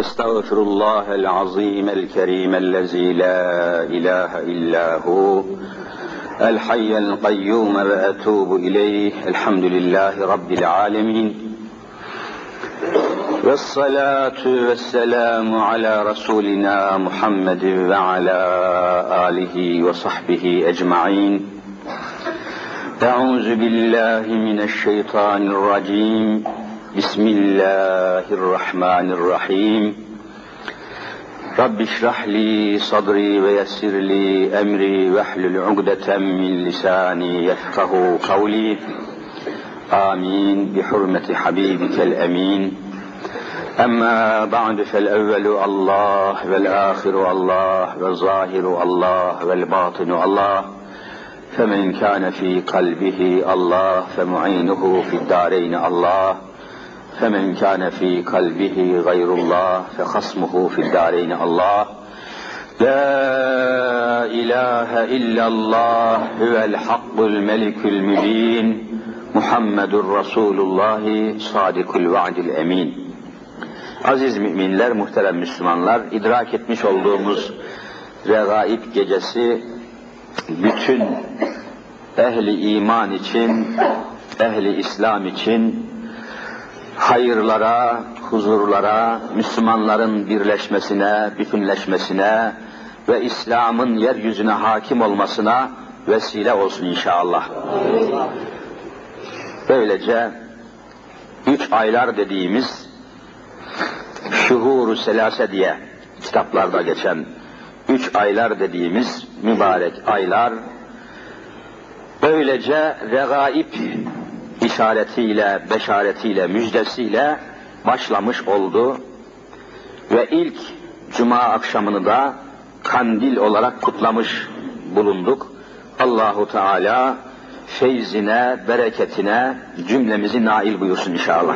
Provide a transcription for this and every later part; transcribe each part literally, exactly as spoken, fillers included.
أستغفر الله العظيم الكريم الذي لا إله إلا هو الحي القيوم وأتوب إليه. الحمد لله رب العالمين والصلاة والسلام على رسولنا محمد وعلى آله وصحبه أجمعين. أعوذ بالله من الشيطان الرجيم. بسم الله الرحمن الرحيم. رب اشرح لي صدري ويسر لي أمري واحلل عقدة من لساني يفقهوا قولي. آمين بحرمة حبيبك الأمين. أما بعد فالأول الله والآخر الله والظاهر الله والباطن الله، فمن كان في قلبه الله فمعينه في الدارين الله، فمن كان في قلبه غير الله فخصمه في الدارين الله. لا إله إلا الله هو الحق الملك المبين محمد رسول الله صادق الوعد الأمين. Aziz müminler, muhterem Müslümanlar, idrak etmiş olduğumuz Regaib gecesi bütün ehli iman için, ehli İslam için hayırlara, huzurlara, Müslümanların birleşmesine, bütünleşmesine ve İslam'ın yeryüzüne hakim olmasına vesile olsun inşallah. Böylece üç aylar dediğimiz şuhur-u selase diye kitaplarda geçen üç aylar dediğimiz mübarek aylar böylece regaib işaretiyle, beşaretiyle, müjdesiyle başlamış oldu ve ilk cuma akşamını da kandil olarak kutlamış bulunduk. Allahu Teala feyzine, bereketine cümlemizi nail buyursun inşallah.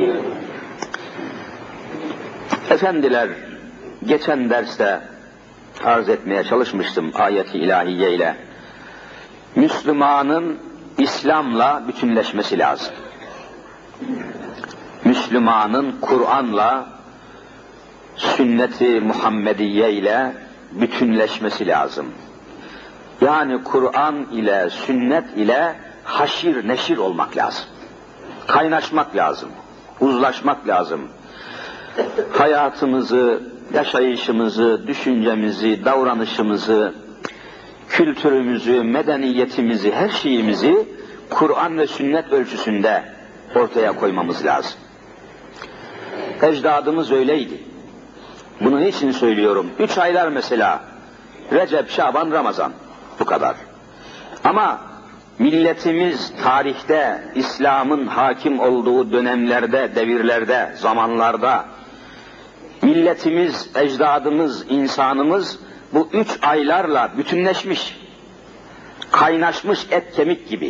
Efendiler, geçen derste arz etmeye çalışmıştım ayet-i ilahiye ile. Müslümanın İslam'la bütünleşmesi lazım. Müslümanın Kur'an'la, sünnet-i Muhammediye ile bütünleşmesi lazım. Yani Kur'an ile, sünnet ile haşir neşir olmak lazım. Kaynaşmak lazım, uzlaşmak lazım. Hayatımızı, yaşayışımızı, düşüncemizi, davranışımızı, kültürümüzü, medeniyetimizi, her şeyimizi Kur'an ve sünnet ölçüsünde ortaya koymamız lazım. Ecdadımız öyleydi. Bunu niçin söylüyorum? Üç aylar mesela, Recep, Şaban, Ramazan, bu kadar. Ama milletimiz tarihte, İslam'ın hakim olduğu dönemlerde, devirlerde, zamanlarda, milletimiz, ecdadımız, insanımız bu üç aylarla bütünleşmiş, kaynaşmış et kemik gibi.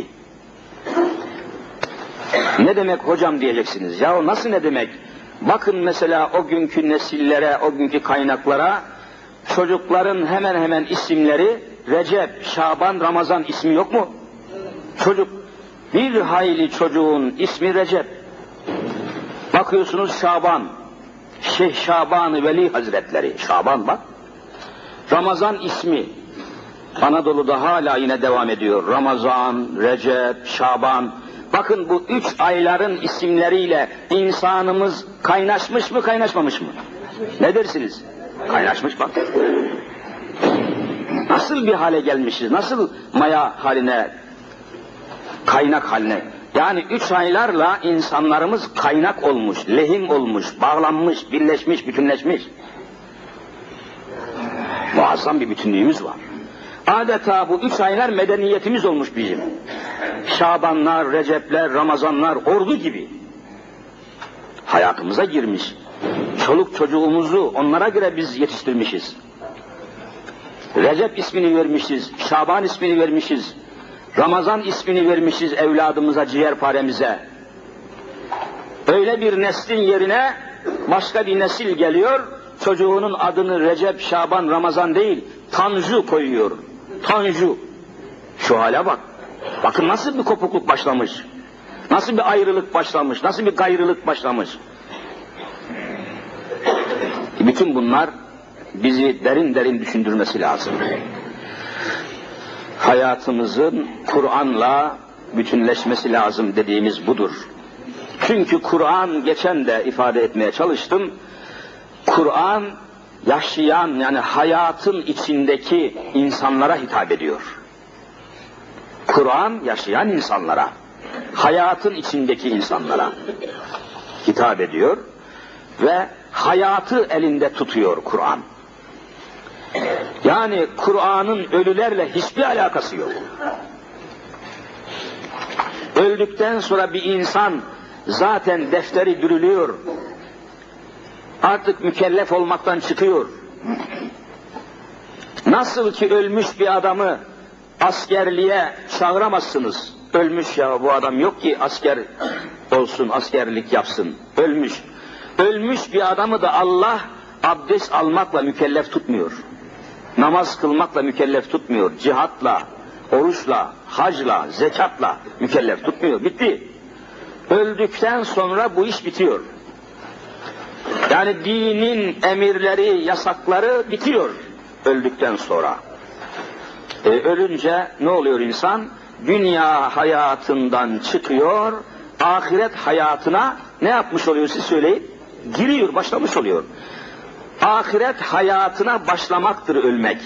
Ne demek hocam diyeceksiniz. Ya nasıl ne demek? Bakın mesela o günkü nesillere, o günkü kaynaklara, çocukların hemen hemen isimleri Recep, Şaban, Ramazan ismi yok mu? Çocuk, bir hayli çocuğun ismi Recep. Bakıyorsunuz Şaban, Şeyh Şaban-ı Veli Hazretleri, Şaban bak. Ramazan ismi, Anadolu'da hala yine devam ediyor. Ramazan, Recep, Şaban. Bakın bu üç ayların isimleriyle insanımız kaynaşmış mı, kaynaşmamış mı? Ne dersiniz? Kaynaşmış bak. Nasıl bir hale gelmişiz, nasıl maya haline, kaynak haline. Yani üç aylarla insanlarımız kaynak olmuş, lehim olmuş, bağlanmış, birleşmiş, bütünleşmiş. Muazzam bir bütünlüğümüz var. Adeta bu üç aylar medeniyetimiz olmuş bizim. Şabanlar, Recepler, Ramazanlar ordu gibi. Hayatımıza girmiş. Çoluk çocuğumuzu onlara göre biz yetiştirmişiz. Recep ismini vermişiz, Şaban ismini vermişiz, Ramazan ismini vermişiz evladımıza, ciğerparemize. Öyle bir neslin yerine başka bir nesil geliyor, çocuğunun adını Recep, Şaban, Ramazan değil, Tanju koyuyor. Tanju. Şu hale bak. Bakın nasıl bir kopukluk başlamış. Nasıl bir ayrılık başlamış, nasıl bir gayrılık başlamış. Bütün bunlar bizi derin derin düşündürmesi lazım. Hayatımızın Kur'an'la bütünleşmesi lazım dediğimiz budur. Çünkü Kur'an, geçen de ifade etmeye çalıştım, Kur'an yaşayan, yani hayatın içindeki insanlara hitap ediyor. Kur'an yaşayan insanlara, hayatın içindeki insanlara hitap ediyor ve hayatı elinde tutuyor Kur'an. Yani Kur'an'ın ölülerle hiçbir alakası yok. Öldükten sonra bir insan zaten defteri dürülüyor, artık mükellef olmaktan çıkıyor. Nasıl ki ölmüş bir adamı askerliğe çağıramazsınız. Ölmüş ya, bu adam yok ki asker olsun, askerlik yapsın. Ölmüş. Ölmüş bir adamı da Allah abdest almakla mükellef tutmuyor. Namaz kılmakla mükellef tutmuyor. Cihatla, oruçla, hacla, zekatla mükellef tutmuyor. Bitti. Öldükten sonra bu iş bitiyor. Yani dinin emirleri, yasakları bitiyor öldükten sonra. E, ölünce ne oluyor insan? Dünya hayatından çıkıyor, ahiret hayatına ne yapmış oluyor siz söyleyin? Giriyor, başlamış oluyor. Ahiret hayatına başlamaktır ölmek.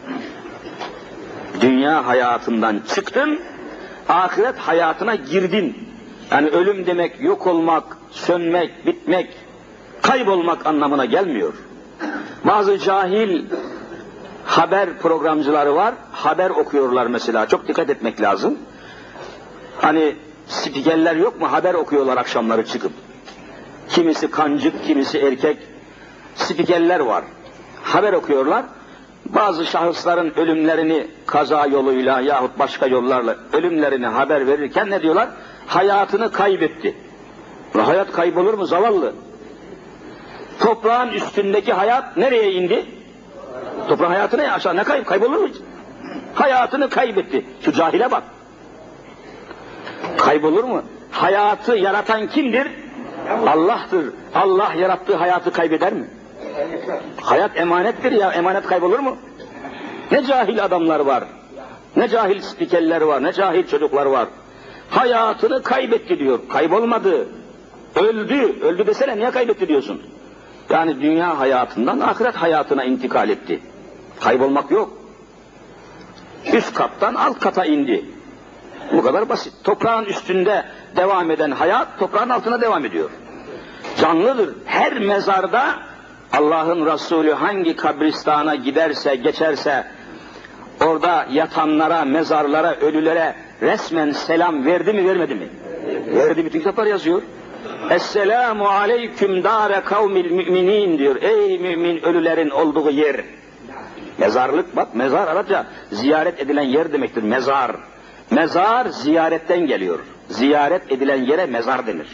Dünya hayatından çıktın, ahiret hayatına girdin. Yani ölüm demek yok olmak, sönmek, bitmek, kaybolmak anlamına gelmiyor. Bazı cahil haber programcıları var, haber okuyorlar mesela, çok dikkat etmek lazım. Hani spikerler yok mu, haber okuyorlar akşamları çıkıp. Kimisi kancık, kimisi erkek, spikerler var. Haber okuyorlar. Bazı şahısların ölümlerini kaza yoluyla yahut başka yollarla ölümlerini haber verirken ne diyorlar? Hayatını kaybetti. Hayat kaybolur mu zavallı? Toprağın üstündeki hayat nereye indi? Toprağın hayatı ne? Aşağı ne kayıp? Kaybolur mu? Hayatını kaybetti. Şu cahile bak. Kaybolur mu? Hayatı yaratan kimdir? Allah'tır. Allah yarattığı hayatı kaybeder mi? Hayat emanettir ya, emanet kaybolur mu? Ne cahil adamlar var, ne cahil spikerler var, ne cahil çocuklar var. Hayatını kaybetti diyor, kaybolmadı. Öldü, öldü desene niye kaybetti diyorsun? Yani dünya hayatından ahiret hayatına intikal etti. Kaybolmak yok. Üst kattan alt kata indi. Bu kadar basit. Toprağın üstünde devam eden hayat, toprağın altına devam ediyor. Canlıdır. Her mezarda Allah'ın Resulü hangi kabristana giderse, geçerse, orada yatanlara, mezarlara, ölülere resmen selam verdi mi, vermedi mi? Verdi, bütün kitaplar yazıyor. Esselamu aleyküm dâre kavmil müminin diyor. Ey mümin ölülerin olduğu yer. Mezarlık, bak mezar Arapça ziyaret edilen yer demektir, mezar. Mezar ziyaretten geliyor. Ziyaret edilen yere mezar denir.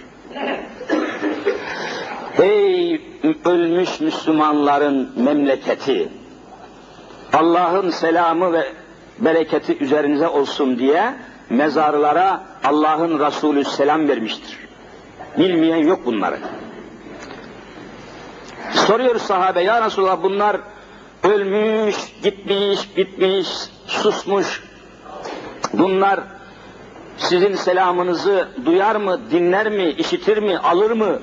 Ey ölmüş Müslümanların memleketi, Allah'ın selamı ve bereketi üzerinize olsun diye mezarlara Allah'ın Resulü selam vermiştir. Bilmeyen yok bunları. Soruyor sahabe, ya Resulallah bunlar ölmüş, gitmiş, bitmiş, susmuş. Bunlar sizin selamınızı duyar mı, dinler mi, işitir mi, alır mı?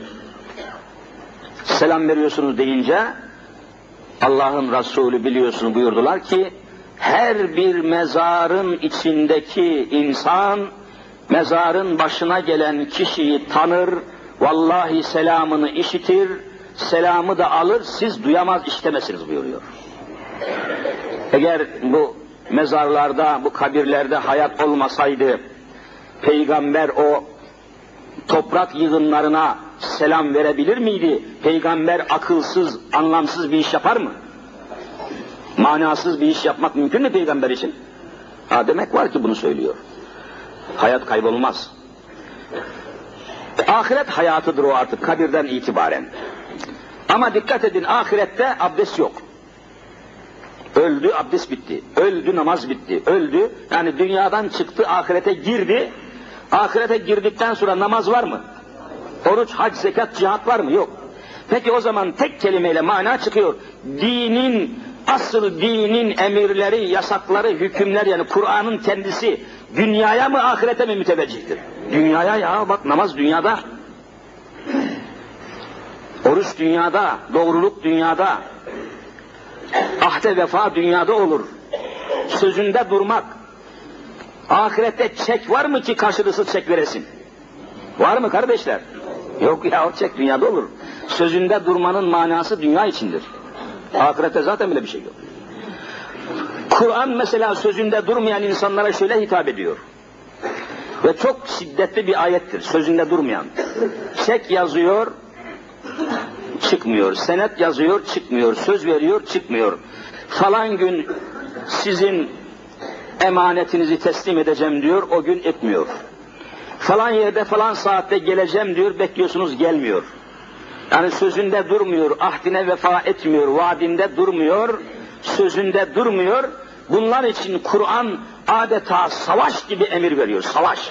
Selam veriyorsunuz deyince Allah'ın Resulü biliyorsunuz buyurdular ki her bir mezarın içindeki insan mezarın başına gelen kişiyi tanır, vallahi selamını işitir, selamı da alır, siz duyamaz iştemezsiniz buyuruyor. Eğer bu mezarlarda, bu kabirlerde hayat olmasaydı, peygamber o toprak yığınlarına selam verebilir miydi? Peygamber akılsız, anlamsız bir iş yapar mı? Manasız bir iş yapmak mümkün mü peygamber için? Ha, demek var ki bunu söylüyor. Hayat kaybolmaz. Ahiret hayatıdır o artık kabirden itibaren. Ama dikkat edin, ahirette abdest yok. Öldü, abdest bitti. Öldü, namaz bitti. Öldü, yani dünyadan çıktı, ahirete girdi. Ahirete girdikten sonra namaz var mı? Oruç, hac, zekat, cihat var mı? Yok. Peki o zaman tek kelimeyle mana çıkıyor. Dinin, asıl dinin emirleri, yasakları, hükümler, yani Kur'an'ın kendisi dünyaya mı ahirete mi müteveccihtir? Dünyaya ya, bak namaz dünyada. Oruç dünyada, doğruluk dünyada. Ahde vefa dünyada olur. Sözünde durmak. Ahirette çek var mı ki karşılıksız çek veresin? Var mı kardeşler? Yok ya, o çek dünyada olur. Sözünde durmanın manası dünya içindir. Ahirette zaten bile bir şey yok. Kur'an mesela sözünde durmayan insanlara şöyle hitap ediyor. Ve çok şiddetli bir ayettir, sözünde durmayan. Çek yazıyor, çıkmıyor. Senet yazıyor, çıkmıyor. Söz veriyor, çıkmıyor. Falan gün sizin emanetinizi teslim edeceğim diyor, o gün etmiyor. Falan yerde falan saatte geleceğim diyor, bekliyorsunuz, gelmiyor. Yani sözünde durmuyor, ahdine vefa etmiyor, vaadinde durmuyor, sözünde durmuyor. Bunlar için Kur'an adeta savaş gibi emir veriyor, savaş.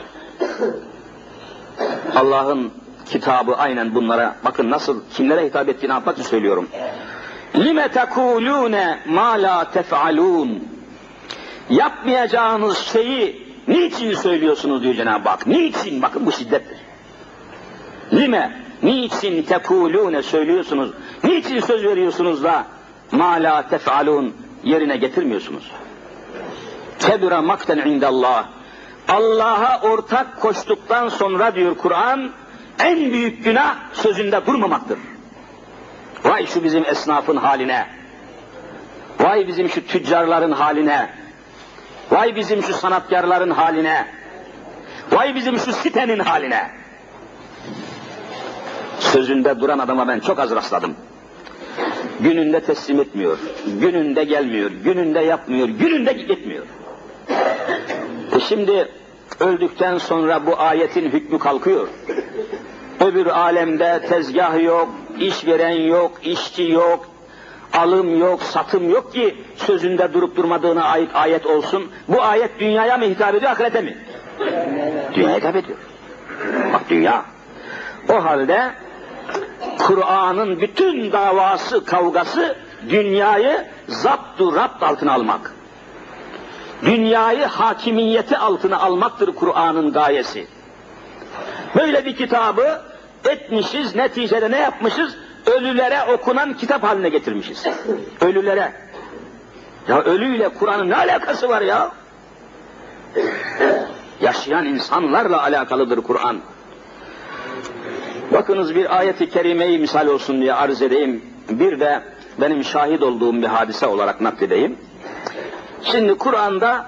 Allah'ın kitabı aynen bunlara, bakın nasıl, kimlere hitap ettiğini anlatmak için söylüyorum. لِمَ تَكُولُونَ مَا لَا تَفْعَلُونَ Yapmayacağınız şeyi niçin söylüyorsunuz diyor Cenab-ı Hak. Niçin? Bakın bu şiddettir. Lime, niçin tekulune söylüyorsunuz? Niçin söz veriyorsunuz da ma la tef'alun yerine getirmiyorsunuz? Kebira makten indallah. Allah'a ortak koştuktan sonra diyor Kur'an, en büyük günah sözünde durmamaktır. Vay şu bizim esnafın haline. Vay bizim şu tüccarların haline. Vay bizim şu sanatkarların haline. Vay bizim şu sitenin haline. Sözünde duran adama ben çok az rastladım. Gününde teslim etmiyor, gününde gelmiyor, gününde yapmıyor, gününde gitmiyor. E şimdi öldükten sonra bu ayetin hükmü kalkıyor. Öbür alemde tezgah yok, işveren yok, işçi yok, alım yok, satım yok ki sözünde durup durmadığına ait ayet olsun. Bu ayet dünyaya mı hitap ediyor, ahirete mi? Dünyaya hitap ediyor. Bak dünya. O halde Kur'an'ın bütün davası, kavgası dünyayı zapt-ı rapt altına almak. Dünyayı hakimiyeti altına almaktır Kur'an'ın gayesi. Böyle bir kitabı etmişiz, neticede ne yapmışız? Ölülere okunan kitap haline getirmişiz. Ölülere. Ya ölüyle Kur'an'ın ne alakası var ya? Yaşayan insanlarla alakalıdır Kur'an. Bakınız bir ayet-i kerimeyi misal olsun diye arz edeyim. Bir de benim şahit olduğum bir hadise olarak nakledeyim. Şimdi Kur'an'da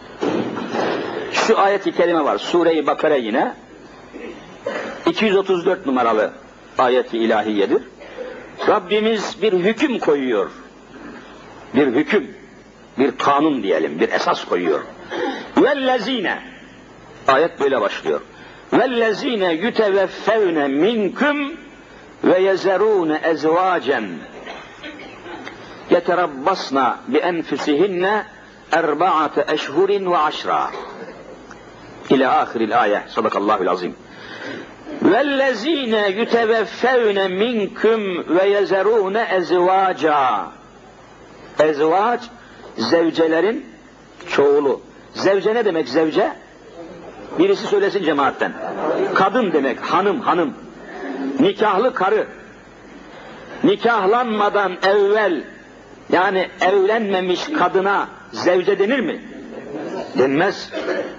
şu ayet-i kerime var. Sure-i Bakara yine. iki yüz otuz dört numaralı ayet-i ilahiyedir. Rabbimiz bir hüküm koyuyor. Bir hüküm, bir kanun diyelim, bir esas koyuyor. Vellezine, ayet böyle başlıyor. Vellezine yuteveffevne minkum ve yezerune ezvacen yeterabbasna bi enfusihinne erba'ate eşhurin ve aşra. İlâ ahiril ayet. Sadakallahul azim. وَالَّذ۪ينَ يُتَوَفَّوْنَ مِنْكُمْ وَيَزَرُونَ اَزْوَاجًا Ezvac, zevcelerin çoğulu. Zevce ne demek zevce? Birisi söylesin cemaatten. Kadın demek, hanım, hanım. Nikahlı karı. Nikahlanmadan evvel, yani evlenmemiş kadına zevce denir mi? Denmez.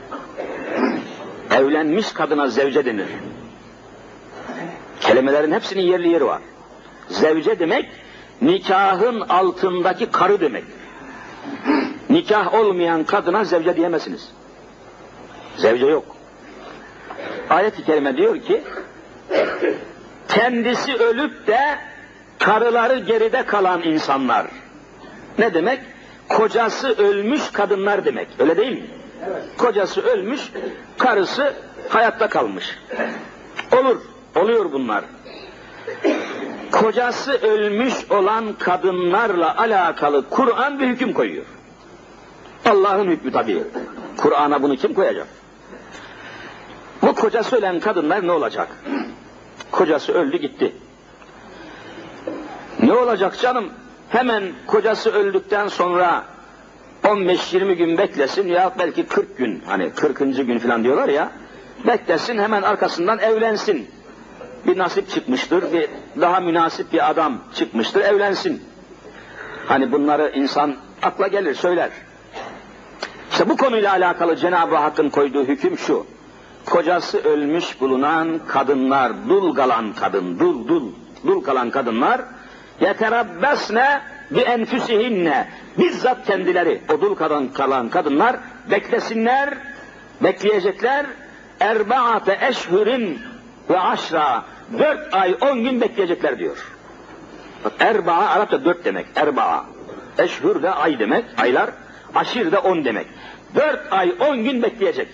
Evlenmiş kadına zevce denir. Kelimelerin hepsinin yerli yeri var. Zevce demek, nikahın altındaki karı demek. Nikah olmayan kadına zevce diyemezsiniz. Zevce yok. Ayet-i kerime diyor ki, kendisi ölüp de karıları geride kalan insanlar. Ne demek? Kocası ölmüş kadınlar demek. Öyle değil mi? Evet. Kocası ölmüş, karısı hayatta kalmış. Olur, oluyor bunlar. Kocası ölmüş olan kadınlarla alakalı Kur'an bir hüküm koyuyor. Allah'ın hükmü tabii. Kur'an'a bunu kim koyacak? Bu kocası ölen kadınlar ne olacak? Kocası öldü gitti. Ne olacak canım? Hemen kocası öldükten sonra on beş yirmi gün beklesin ya belki kırk gün, hani kırkıncı gün falan diyorlar ya, beklesin, hemen arkasından evlensin. Bir nasip çıkmıştır, bir daha münasip bir adam çıkmıştır, evlensin. Hani bunları insan akla gelir, söyler. İşte bu konuyla alakalı Cenab-ı Hakk'ın koyduğu hüküm şu: kocası ölmüş bulunan kadınlar, dul kalan kadın, dul dul, dul kalan kadınlar, yeterabbesne bi enfüsihinne, bizzat kendileri, o dul kalan, kalan kadınlar beklesinler, bekleyecekler, erbaate eşhurin ve aşra, dört ay on gün bekleyecekler diyor. Erbaa Arapça dört demek, erbaa. Eşhur de ay demek, aylar, aşir de on demek. Dört ay on gün bekleyecek.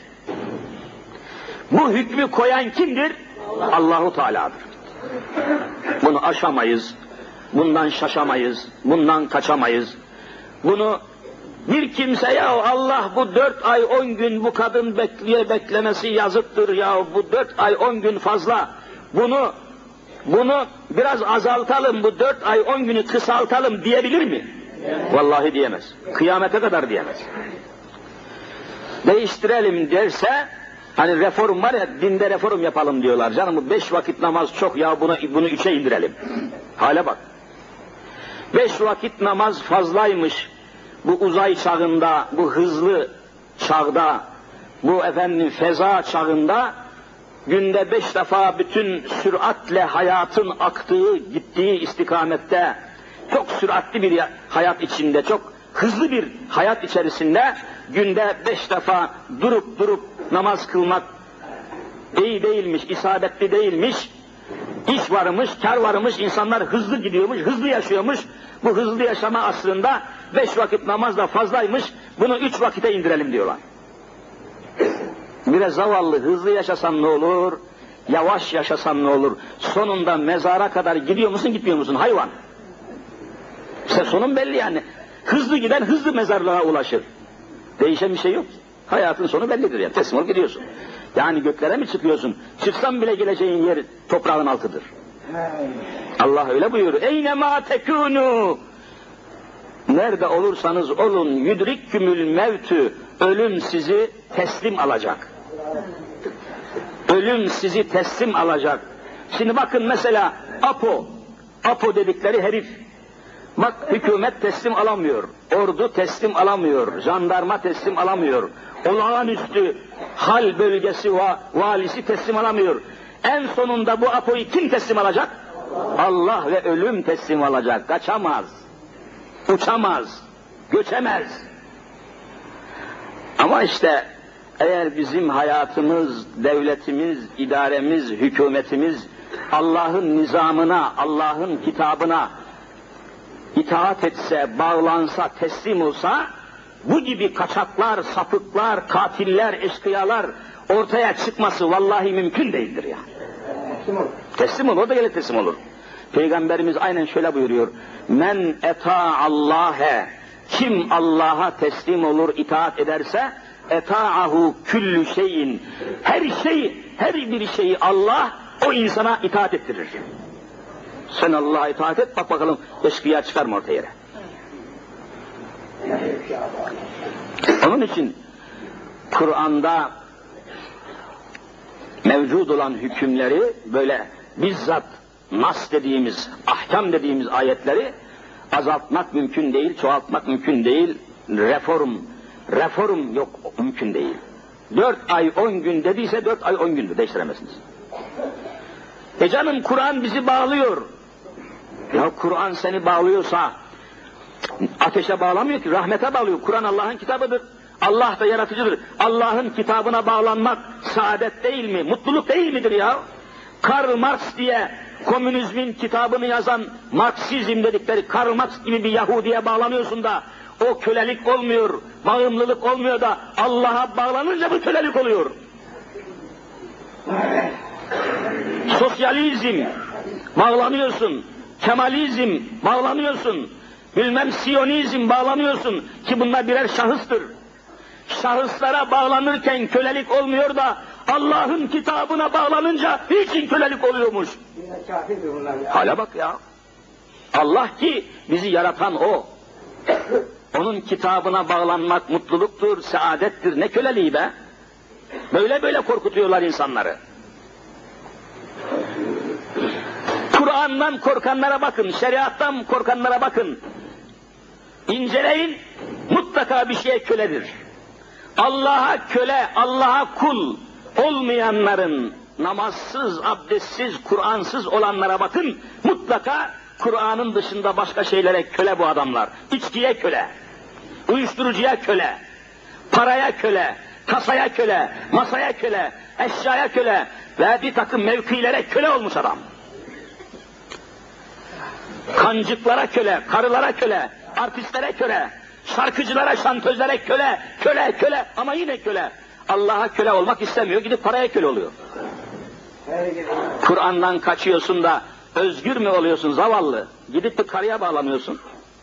Bu hükmü koyan kimdir? Allahu Teala'dır. Bunu aşamayız, bundan şaşamayız, bundan kaçamayız. Bunu bir kimse, ya Allah bu dört ay on gün bu kadın bekleye beklemesi yazıktır ya, bu dört ay on gün fazla, bunu bunu biraz azaltalım, bu dört ay on günü kısaltalım diyebilir mi? Vallahi diyemez. Kıyamete kadar diyemez. Değiştirelim derse, hani reform var ya, dinde reform yapalım diyorlar. Canım bu beş vakit namaz çok ya, bunu, bunu üçe indirelim. Hale bak. Beş vakit namaz fazlaymış. Bu uzay çağında, bu hızlı çağda, bu efendim feza çağında, günde beş defa bütün süratle hayatın aktığı, gittiği istikamette, çok süratli bir hayat içinde, çok hızlı bir hayat içerisinde, günde beş defa durup durup namaz kılmak iyi değilmiş, isabetli değilmiş, iş varmış, kar varmış, insanlar hızlı gidiyormuş, hızlı yaşıyormuş. Bu hızlı yaşama asrında beş vakit namaz da fazlaymış, bunu üç vakite indirelim diyorlar. Biraz zavallı, hızlı yaşasan ne olur, yavaş yaşasan ne olur? Sonunda mezara kadar gidiyor musun, gitmiyor musun hayvan? İşte sonun belli yani. Hızlı giden hızlı mezarlığa ulaşır. Değişen bir şey yok. Hayatın sonu bellidir yani. Teslim ol gidiyorsun. Yani göklere mi çıkıyorsun? Çıksan bile geleceğin yer toprağın altıdır. Allah öyle buyuruyor. Eyne ma tekûnû. Nerede olursanız olun, yudrikkümül mevtü. Ölüm sizi teslim alacak. Ölüm sizi teslim alacak. Şimdi bakın mesela Apo. Apo dedikleri herif. Bak hükümet teslim alamıyor. Ordu teslim alamıyor. Jandarma teslim alamıyor. Olağanüstü hal bölgesi va valisi teslim alamıyor. En sonunda bu Apo'yu kim teslim alacak? Allah ve ölüm teslim alacak. Kaçamaz. Uçamaz. Göçemez. Ama işte eğer bizim hayatımız, devletimiz, idaremiz, hükümetimiz Allah'ın nizamına, Allah'ın kitabına itaat etse, bağlansa, teslim olsa, bu gibi kaçaklar, sapıklar, katiller, eşkıyalar ortaya çıkması vallahi mümkün değildir ya. Teslim ol. Teslim ol, o da gelir teslim olur. Peygamberimiz aynen şöyle buyuruyor. Men eta'allâhe, kim Allah'a teslim olur, itaat ederse, eta'ahu küllü şeyin, her şey, her bir şeyi Allah o insana itaat ettirir. Sen Allah'a itaat et, bak bakalım eşkıya çıkar mı ortaya yere? Onun için Kur'an'da mevcut olan hükümleri böyle bizzat nas dediğimiz, ahkam dediğimiz ayetleri azaltmak mümkün değil, çoğaltmak mümkün değil, reform, reform yok, mümkün değil. Dört ay on gün dediyse dört ay on gündür, değiştiremezsiniz. E canım Kur'an bizi bağlıyor. Ya Kur'an seni bağlıyorsa ateşe bağlamıyor ki, rahmete bağlıyor. Kur'an Allah'ın kitabıdır. Allah da yaratıcıdır. Allah'ın kitabına bağlanmak saadet değil mi? Mutluluk değil midir ya? Karl Marx diye komünizmin kitabını yazan Marksizm dedikleri Karl Marx gibi bir Yahudi'ye bağlanıyorsun da o kölelik olmuyor, bağımlılık olmuyor da Allah'a bağlanınca bu kölelik oluyor. Sosyalizm bağlanıyorsun, Kemalizm bağlanıyorsun, bilmem Siyonizm bağlanıyorsun ki bunlar birer şahıstır. Şahıslara bağlanırken kölelik olmuyor da Allah'ın kitabına bağlanınca için kölelik oluyormuş. Hala bak ya. Allah ki bizi yaratan O. Onun kitabına bağlanmak mutluluktur, saadettir. Ne köleliği be? Böyle böyle korkutuyorlar insanları. Kur'an'dan korkanlara bakın, şeriattan korkanlara bakın. İnceleyin, mutlaka bir şeye köledir. Allah'a köle, Allah'a kul olmayanların, namazsız, abdestsiz, Kur'ansız olanlara bakın, mutlaka Kur'an'ın dışında başka şeylere köle bu adamlar. İçkiye köle, uyuşturucuya köle, paraya köle, kasaya köle, masaya köle, eşyaya köle ve bir takım mevkilere köle olmuş adam. Kancıklara köle, karılara köle, artistlere köle, şarkıcılara, şantözlere köle, köle, köle ama yine köle. Allah'a köle olmak istemiyor, gidip paraya köle oluyor. Kur'an'dan kaçıyorsun da özgür mü oluyorsun zavallı? Gidip bir karıya bağlanıyorsun.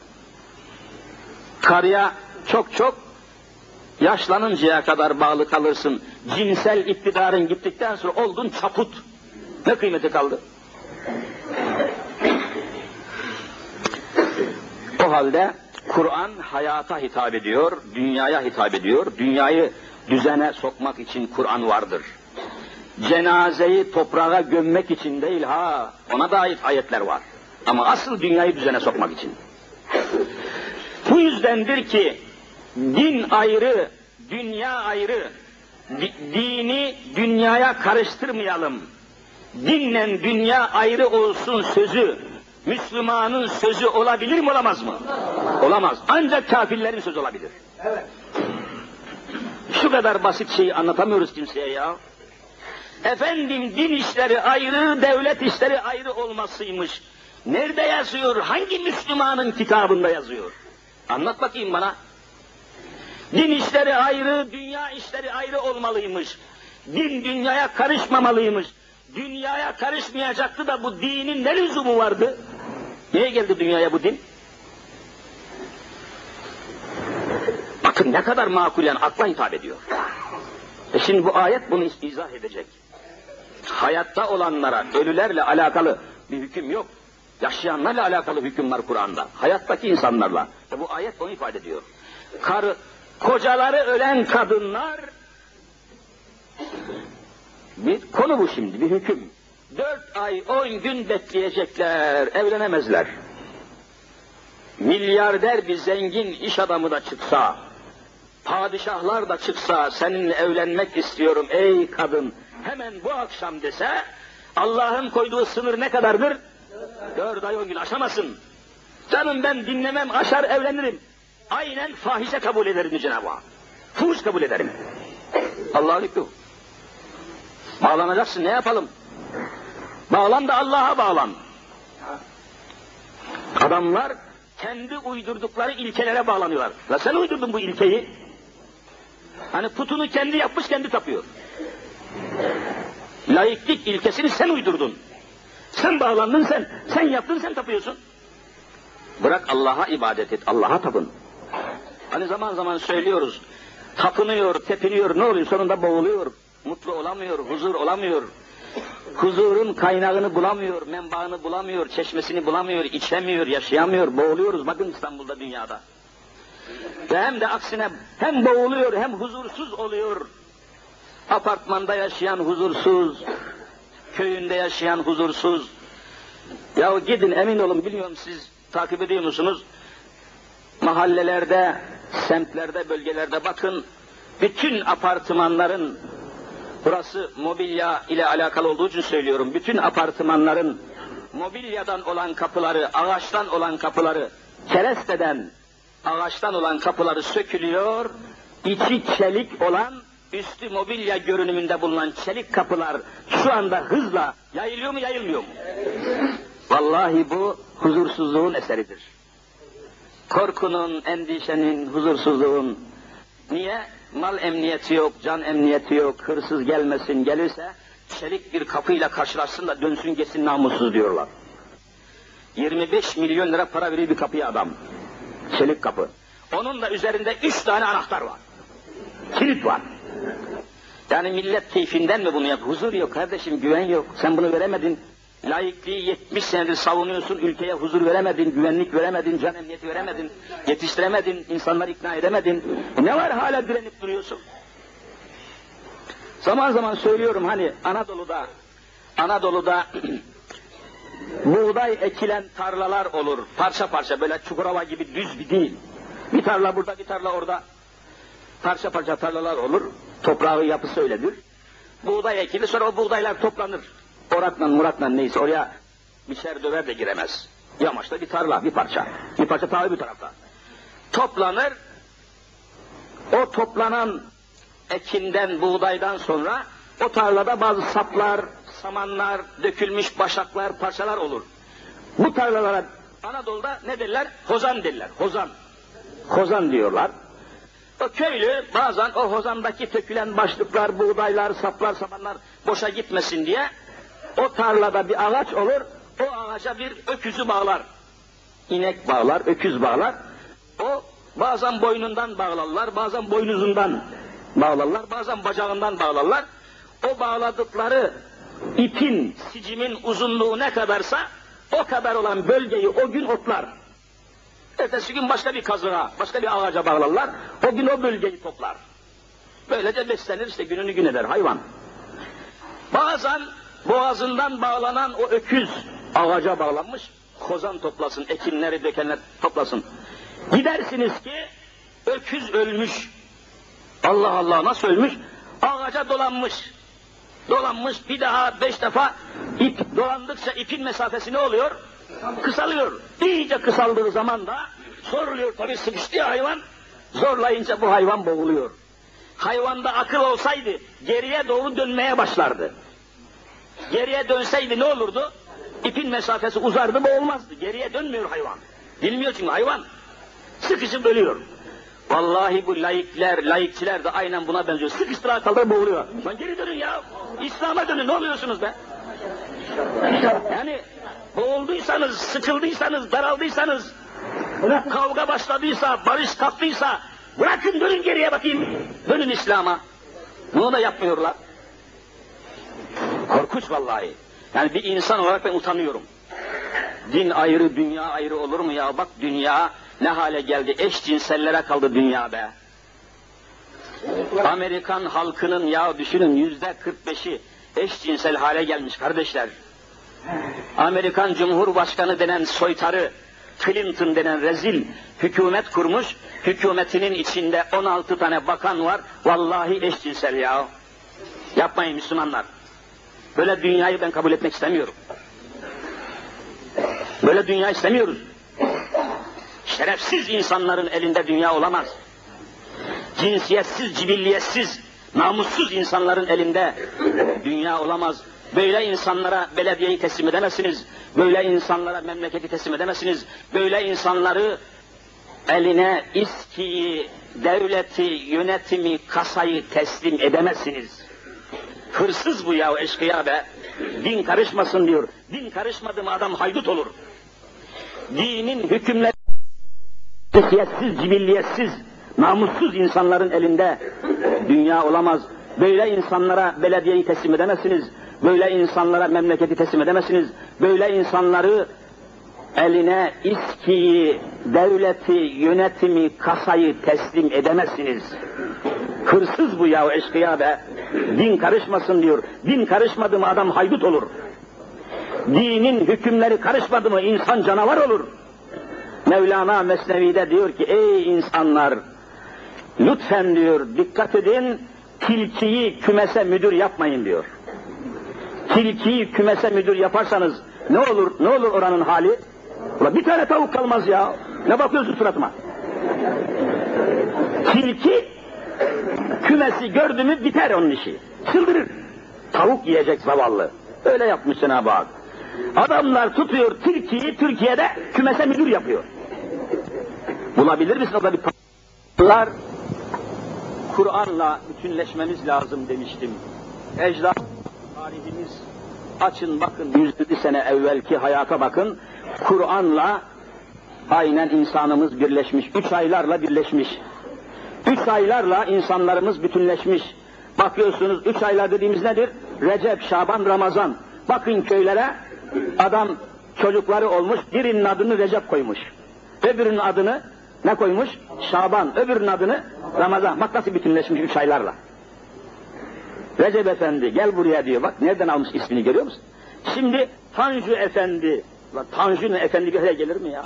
Karıya çok çok yaşlanıncaya kadar bağlı kalırsın. Cinsel iktidarın gittikten sonra oldun çaput. Ne kıymeti kaldı? O halde Kur'an hayata hitap ediyor, dünyaya hitap ediyor. Dünyayı düzene sokmak için Kur'an vardır. Cenazeyi toprağa gömmek için değil ha, ona da ait ayetler var. Ama asıl dünyayı düzene sokmak için. Bu yüzdendir ki din ayrı, dünya ayrı. Dini dünyaya karıştırmayalım. Dinle dünya ayrı olsun sözü, Müslümanın sözü olabilir mi, olamaz mı? Olamaz. Ancak kafirlerin sözü olabilir. Evet. Şu kadar basit şeyi anlatamıyoruz kimseye ya. Efendim din işleri ayrı, devlet işleri ayrı olmasıymış. Nerede yazıyor? Hangi Müslümanın kitabında yazıyor? Anlat bakayım bana. Din işleri ayrı, dünya işleri ayrı olmalıymış. Din dünyaya karışmamalıymış. Dünyaya karışmayacaktı da bu dinin ne lüzumu vardı? Niye geldi dünyaya bu din? Bakın ne kadar makulen akla hitap ediyor. E şimdi bu ayet bunu izah edecek. Hayatta olanlara, ölülerle alakalı bir hüküm yok. Yaşayanlarla alakalı hüküm var Kur'an'da. Hayattaki insanlarla. E bu ayet onu ifade ediyor. Karı, kocaları ölen kadınlar, bir konu bu şimdi, bir hüküm. Dört ay, on gün bekleyecekler, evlenemezler. Milyarder bir zengin iş adamı da çıksa, padişahlar da çıksa, seninle evlenmek istiyorum ey kadın, hemen bu akşam dese, Allah'ın koyduğu sınır ne kadardır? Dört ay on gün aşamasın. Canım ben dinlemem, aşar evlenirim. Aynen fahişe kabul ederim Cenab-ı Hak. Fuhuş kabul ederim. Allah'ın hükmü. Bağlanacaksın, ne yapalım? Bağlan da Allah'a bağlan. Adamlar kendi uydurdukları ilkelere bağlanıyorlar. La sen uydurdun bu ilkeyi. Hani putunu kendi yapmış, kendi tapıyor. Laiklik ilkesini sen uydurdun. Sen bağlandın sen, sen yaptın sen tapıyorsun. Bırak Allah'a ibadet et, Allah'a tapın. Hani zaman zaman söylüyoruz, tapınıyor, tepiniyor, ne oluyor? Sonunda boğuluyor, mutlu olamıyor, huzur olamıyor. Huzurun kaynağını bulamıyor, menbaını bulamıyor, çeşmesini bulamıyor, içemiyor, yaşayamıyor, boğuluyoruz. Bakın İstanbul'da, dünyada. Ve hem de aksine hem boğuluyor hem huzursuz oluyor. Apartmanda yaşayan huzursuz, köyünde yaşayan huzursuz. Ya gidin, emin olun, bilmiyorum siz takip ediyor musunuz? Mahallelerde, semtlerde, bölgelerde bakın, bütün apartmanların, burası mobilya ile alakalı olduğu için söylüyorum, bütün apartmanların mobilyadan olan kapıları, ağaçtan olan kapıları, keresteden, ağaçtan olan kapıları sökülüyor, içi çelik olan, üstü mobilya görünümünde bulunan çelik kapılar şu anda hızla yayılıyor mu, yayılmıyor mu? Vallahi bu huzursuzluğun eseridir. Korkunun, endişenin, huzursuzluğun. Niye? Mal emniyeti yok, can emniyeti yok, hırsız gelmesin, gelirse çelik bir kapıyla karşılaşsın da dönsün geçsin namussuz diyorlar. yirmi beş milyon lira para verir bir kapıya adam. Çelik kapı. Onun da üzerinde üç tane anahtar var. Kilit var. Yani millet keyfinden mi bunu yap? Huzur yok kardeşim, güven yok. Sen bunu veremedin. Laikliği yetmiş senedir savunuyorsun, ülkeye huzur veremedin, güvenlik veremedin, can emniyeti veremedin, yetiştiremedin, insanları ikna edemedin. E ne var hala direnip duruyorsun? Zaman zaman söylüyorum hani Anadolu'da, Anadolu'da buğday ekilen tarlalar olur, parça parça böyle Çukurova gibi düz bir değil. Bir tarla burada, bir tarla orada, parça parça tarlalar olur, toprağı yapısı öyledir. Buğday ekilir, sonra o buğdaylar toplanır. Orakla muratla neyse oraya biçer döver de giremez. Yamaçta bir tarla, bir parça. Bir parça tabi bir tarafta. Toplanır, o toplanan ekinden, buğdaydan sonra o tarlada bazı saplar, samanlar, dökülmüş başaklar, parçalar olur. Bu tarlalara Anadolu'da ne derler? Hozan derler, hozan. Hozan diyorlar. O köylü bazen o hozandaki dökülen başlıklar, buğdaylar, saplar, samanlar boşa gitmesin diye o tarlada bir ağaç olur, o ağaca bir öküzü bağlar. İnek bağlar, öküz bağlar. O bazen boynundan bağlarlar, bazen boynuzundan bağlarlar, bazen bacağından bağlarlar. O bağladıkları ipin, sicimin uzunluğu ne kadarsa o kadar olan bölgeyi o gün otlar. Ertesi gün başka bir kazığa, başka bir ağaca bağlarlar, o gün o bölgeyi toplar. Böylece beslenir, işte gününü gün eder hayvan. Bazen boğazından bağlanan o öküz ağaca bağlanmış, kozan toplasın, ekinleri dökenler toplasın. Gidersiniz ki öküz ölmüş. Allah Allah, nasıl ölmüş? Ağaca dolanmış. Dolanmış, bir daha beş defa ip dolandıkça ipin mesafesi ne oluyor? Kısalıyor. İyice kısaldığı zaman da soruluyor, tabii sıkıştı ya hayvan. Zorlayınca bu hayvan boğuluyor. Hayvanda akıl olsaydı geriye doğru dönmeye başlardı. Geriye dönseydi ne olurdu? İpin mesafesi uzardı, boğulmazdı. Geriye dönmüyor hayvan. Bilmiyor çünkü hayvan. Sıkışıp ölüyor. Vallahi bu laikler, laikçiler de aynen buna benziyor. Sıkıştırarak kaldır boğuluyor. Lan geri dönün ya. İslam'a dönün, ne oluyorsunuz be? Yani boğulduysanız, sıkıldıysanız, daraldıysanız, kavga başladıysa, barış kalktıysa, bırakın dönün geriye bakayım. Dönün İslam'a. Bunu da yapmıyorlar. Korkunç vallahi. Yani bir insan olarak ben utanıyorum. Din ayrı, dünya ayrı olur mu ya? Bak dünya ne hale geldi, eşcinsellere kaldı dünya be. Amerikan halkının ya düşünün yüzde kırk beşi eşcinsel hale gelmiş kardeşler. Amerikan Cumhurbaşkanı denen soytarı, Clinton denen rezil hükümet kurmuş, hükümetinin içinde on altı tane bakan var, vallahi eşcinsel ya. Yapmayın Müslümanlar. Böyle dünyayı ben kabul etmek istemiyorum. Böyle dünya istemiyoruz. Şerefsiz insanların elinde dünya olamaz. Cinsiyetsiz, cibilliyetsiz, namussuz insanların elinde dünya olamaz. Böyle insanlara belediyeyi teslim edemezsiniz. Böyle insanlara memleketi teslim edemezsiniz. Böyle insanları eline İSKİ'yi, devleti, yönetimi, kasayı teslim edemezsiniz. Hırsız bu ya, eşkıya be. Din karışmasın diyor. Din karışmadı mı adam haydut olur. Dinin hükümleri cinsiyetsiz, cibilliyetsiz, namussuz insanların elinde dünya olamaz. Böyle insanlara belediyeyi teslim edemezsiniz. Böyle insanlara memleketi teslim edemezsiniz. Böyle insanları eline İSKİ'yi, devleti, yönetimi, kasayı teslim edemezsiniz. Hırsız bu ya, eşkıya be. Din karışmasın diyor. Din karışmadı mı adam haydut olur. Dinin hükümleri karışmadı mı insan canavar olur. Mevlana Mesnevi'de diyor ki, ey insanlar, lütfen diyor, dikkat edin, tilkiyi kümese müdür yapmayın diyor. Tilkiyi kümese müdür yaparsanız ne olur, ne olur oranın hali? Ulan bir tane tavuk kalmaz ya. Ne bakıyorsun suratıma? Tilki kümesi gördü mü biter onun işi. Çıldırır. Tavuk yiyecek zavallı. Öyle yapmış Cenab-ı Hak. Adamlar tutuyor tilkiyi, Türkiye'de kümese müdür yapıyor. Bulabilir misin o da bir tavuklar? Kur'an'la bütünleşmemiz lazım demiştim. Ecdat tarihimiz, açın bakın yüz yedi sene evvelki hayata bakın. Kur'an'la aynen insanımız birleşmiş. Üç aylarla birleşmiş. Üç aylarla insanlarımız bütünleşmiş. Bakıyorsunuz üç aylar dediğimiz nedir? Recep, Şaban, Ramazan. Bakın köylere, Adam çocukları olmuş, birinin adını Recep koymuş. Öbürünün adını ne koymuş? Şaban. Öbürünün adını Ramazan. Bak nasıl bütünleşmiş üç aylarla. Recep Efendi gel buraya diyor. Bak nereden almış ismini görüyor musun? Şimdi Tanju Efendi. Tanju Efendi bir araya gelir mi ya?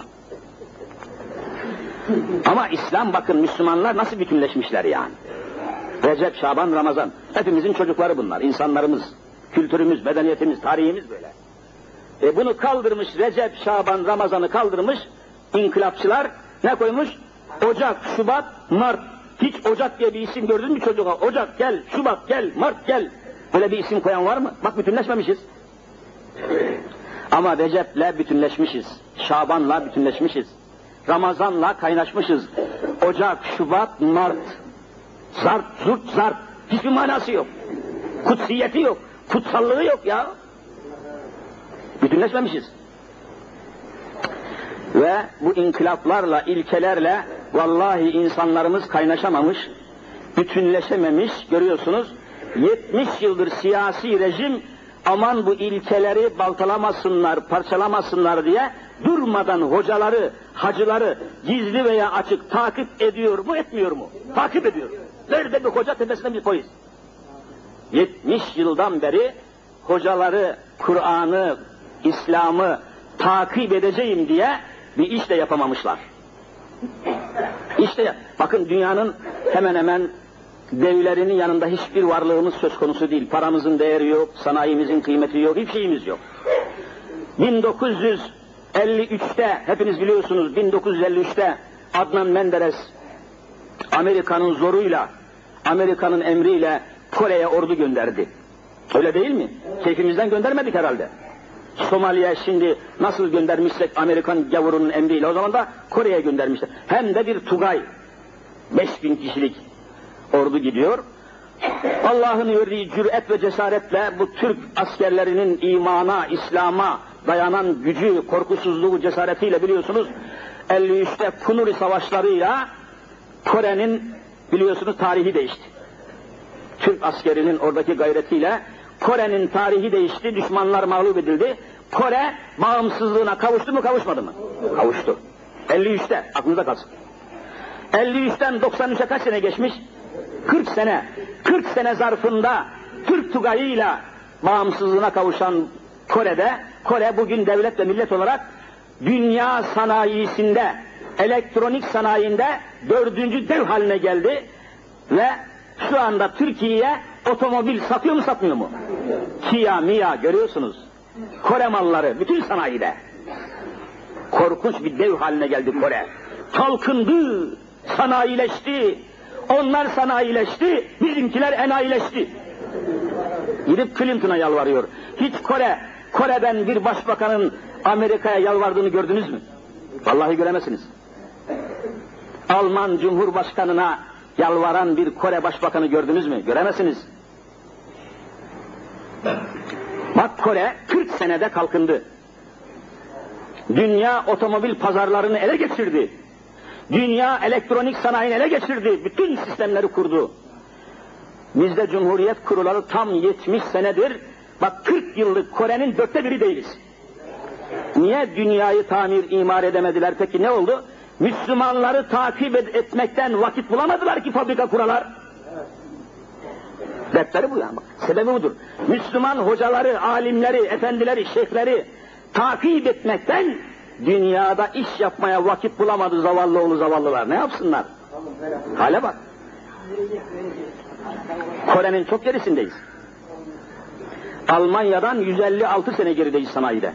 Ama İslam bakın Müslümanlar nasıl bütünleşmişler yani. Recep, Şaban, Ramazan. Hepimizin çocukları bunlar. İnsanlarımız, kültürümüz, medeniyetimiz, tarihimiz böyle. E bunu kaldırmış Recep, Şaban, Ramazan'ı kaldırmış. İnkılapçılar ne koymuş? Ocak, Şubat, Mart. Hiç Ocak diye bir isim gördün mü çocuğa? Ocak gel, Şubat gel, Mart gel. Böyle bir isim koyan var mı? Bak bütünleşmemişiz. Ama Recep'le bütünleşmişiz. Şaban'la bütünleşmişiz. Ramazan'la kaynaşmışız. Ocak, Şubat, Mart. Zart, zurt, zart. Hiçbir manası yok. Kutsiyeti yok. Kutsallığı yok ya. Bütünleşmemişiz. Ve bu inkılaplarla, ilkelerle vallahi insanlarımız kaynaşamamış, bütünleşememiş, görüyorsunuz. yetmiş yıldır siyasi rejim aman bu ilkeleri baltalamasınlar, parçalamasınlar diye durmadan hocaları, hacıları gizli veya açık takip ediyor mu, etmiyor mu? Takip ediyor. Nerede bir hoca tepesinde bir polis. yetmiş yıldan beri hocaları, Kur'an'ı, İslam'ı takip edeceğim diye bir iş de yapamamışlar. İşte bakın dünyanın hemen hemen devlerinin yanında hiçbir varlığımız söz konusu değil. Paramızın değeri yok, sanayimizin kıymeti yok, hiçbir şeyimiz yok. bin dokuz yüz elli üçte, hepiniz biliyorsunuz bin dokuz yüz elli üçte Adnan Menderes Amerika'nın zoruyla, Amerika'nın emriyle Kore'ye ordu gönderdi. Öyle değil mi? Keyfimizden göndermedik herhalde. Somali'ye şimdi nasıl göndermişsek Amerikan gavurunun emriyle o zaman da Kore'ye göndermişler. Hem de bir Tugay. Beş bin kişilik ordu gidiyor. Allah'ın verdiği cüret ve cesaretle bu Türk askerlerinin imana, İslam'a dayanan gücü, korkusuzluğu, cesaretiyle biliyorsunuz elli üçte Kunuri savaşlarıyla Kore'nin biliyorsunuz tarihi değişti. Türk askerinin oradaki gayretiyle Kore'nin tarihi değişti, düşmanlar mağlup edildi. Kore bağımsızlığına kavuştu mu, kavuşmadı mı? Kavuştu. elli üçte, aklınıza kalsın. elli üçten doksan üçe kaç sene geçmiş? kırk sene. kırk sene zarfında Türk Tugayı'yla bağımsızlığına kavuşan Kore'de, Kore bugün devlet ve millet olarak dünya sanayisinde, elektronik sanayinde dördüncü dev haline geldi ve şu anda Türkiye'ye otomobil satıyor mu, satmıyor mu? Kia, Mia görüyorsunuz. Kore malları bütün sanayide. Korkunç bir dev haline geldi Kore. Kalkındı, sanayileşti. Onlar sanayileşti, bizimkiler enayileşti. Gidip Clinton'a yalvarıyor. Hiç Kore, Kore'den bir başbakanın Amerika'ya yalvardığını gördünüz mü? Vallahi göremezsiniz. Alman Cumhurbaşkanı'na yalvaran bir Kore başbakanı gördünüz mü? Göremezsiniz. Bak Kore kırk senede kalkındı. Dünya otomobil pazarlarını ele geçirdi. Dünya elektronik sanayini ele geçirdi. Bütün sistemleri kurdu. Bizde Cumhuriyet kurulalı tam yetmiş senedir. Bak kırk yıllık Kore'nin dörtte biri değiliz. Niye dünyayı tamir, imar edemediler? Peki ne oldu? Müslümanları takip et- etmekten vakit bulamadılar ki fabrika kuralar. Dertleri bu yani. Sebebi budur. Müslüman hocaları, alimleri, efendileri, şeyhleri takip etmekten dünyada iş yapmaya vakit bulamadı zavallı oğlu zavallılar. Ne yapsınlar? Hale bak. Kore'nin çok gerisindeyiz. Almanya'dan yüz elli altı sene gerideyiz sanayide.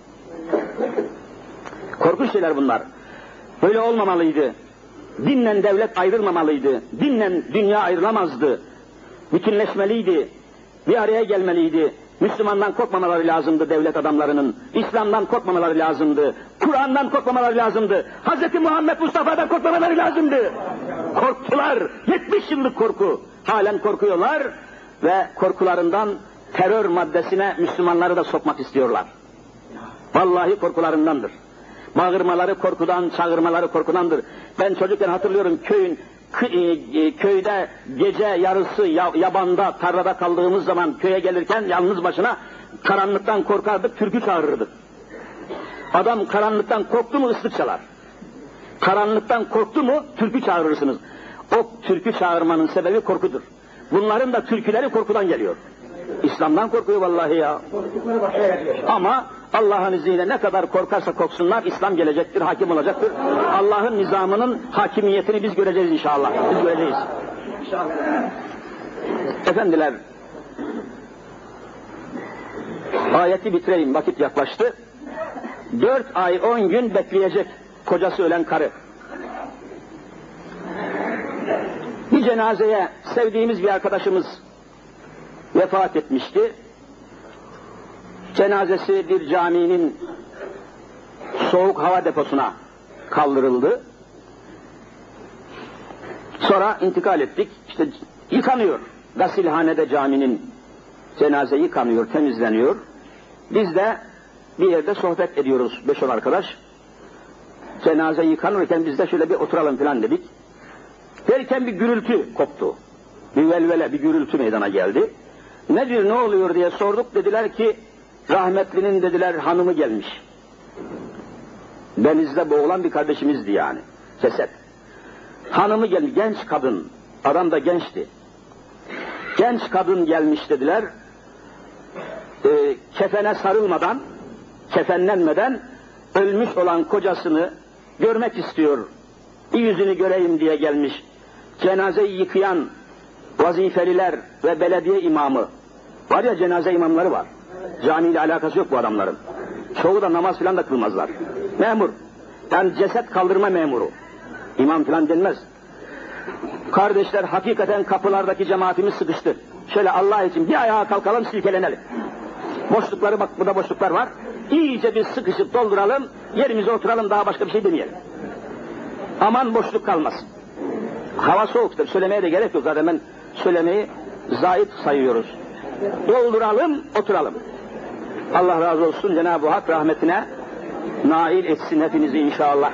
Korkunç şeyler bunlar. Böyle olmamalıydı. Dinle devlet ayrılmamalıydı. Dinle dünya ayrılamazdı. Bütünleşmeliydi. Bir araya gelmeliydi. Müslümandan korkmamaları lazımdı devlet adamlarının. İslam'dan korkmamaları lazımdı. Kur'an'dan korkmamaları lazımdı. Hz. Muhammed Mustafa'dan korkmamaları lazımdı. Korktular. yetmiş yıllık korku. Halen korkuyorlar ve korkularından terör maddesine Müslümanları da sokmak istiyorlar. Vallahi korkularındandır. Bağırmaları korkudan, çağırmaları korkudandır. Ben çocukken hatırlıyorum köyün köyde gece yarısı yabanda, tarlada kaldığımız zaman köye gelirken yalnız başına karanlıktan korkardık, türkü çağırırdık. Adam karanlıktan korktu mu ıslık çalar. Karanlıktan korktu mu türkü çağırırsınız. O türkü çağırmanın sebebi korkudur. Bunların da türküleri korkudan geliyor. İslam'dan korkuyor vallahi ya. Ama Allah'ın izniyle ne kadar korkarsa korksunlar İslam gelecektir, hakim olacaktır. Allah'ın nizamının hakimiyetini biz göreceğiz inşallah. Biz göreceğiz. Efendiler, ayeti bitireyim, vakit yaklaştı. Dört ay on gün bekleyecek kocası ölen karı. Bir cenazeye sevdiğimiz bir arkadaşımız vefat etmişti. Cenazesi bir caminin soğuk hava deposuna kaldırıldı. Sonra intikal ettik. İşte yıkanıyor. Gasilhanede caminin cenaze yıkanıyor, temizleniyor. Biz de bir yerde sohbet ediyoruz beş on arkadaş. Cenaze yıkanırken biz de şöyle bir oturalım falan dedik. Derken bir gürültü koptu. Bir velvele, bir gürültü meydana geldi. Nedir, ne oluyor diye sorduk. Dediler ki rahmetlinin dediler hanımı gelmiş. Denizde boğulan bir kardeşimizdi yani. Ceset. Hanımı gelmiş, genç kadın. Adam da gençti. Genç kadın gelmiş dediler. E, kefene sarılmadan, kefenlenmeden ölmüş olan kocasını görmek istiyor. Bir yüzünü göreyim diye gelmiş. Cenazeyi yıkayan vazifeliler ve belediye imamı, var ya cenaze imamları var. Camiyle alakası yok bu adamların. Çoğu da namaz filan da kılmazlar. Memur. Yani ceset kaldırma memuru. İmam filan denmez. Kardeşler, hakikaten kapılardaki cemaatimiz sıkıştı. Şöyle Allah için bir ayağa kalkalım, silkelenelim. Boşlukları, bak burada boşluklar var. İyice bir sıkışıp dolduralım, yerimize oturalım, daha başka bir şey demeyelim. Aman boşluk kalmasın. Hava soğuktur, söylemeye de gerek yok. Zaten ben söylemeyi zahit sayıyoruz. Dolduralım, oturalım. Allah razı olsun, Cenab-ı Hak rahmetine nail etsin hepinizi inşallah.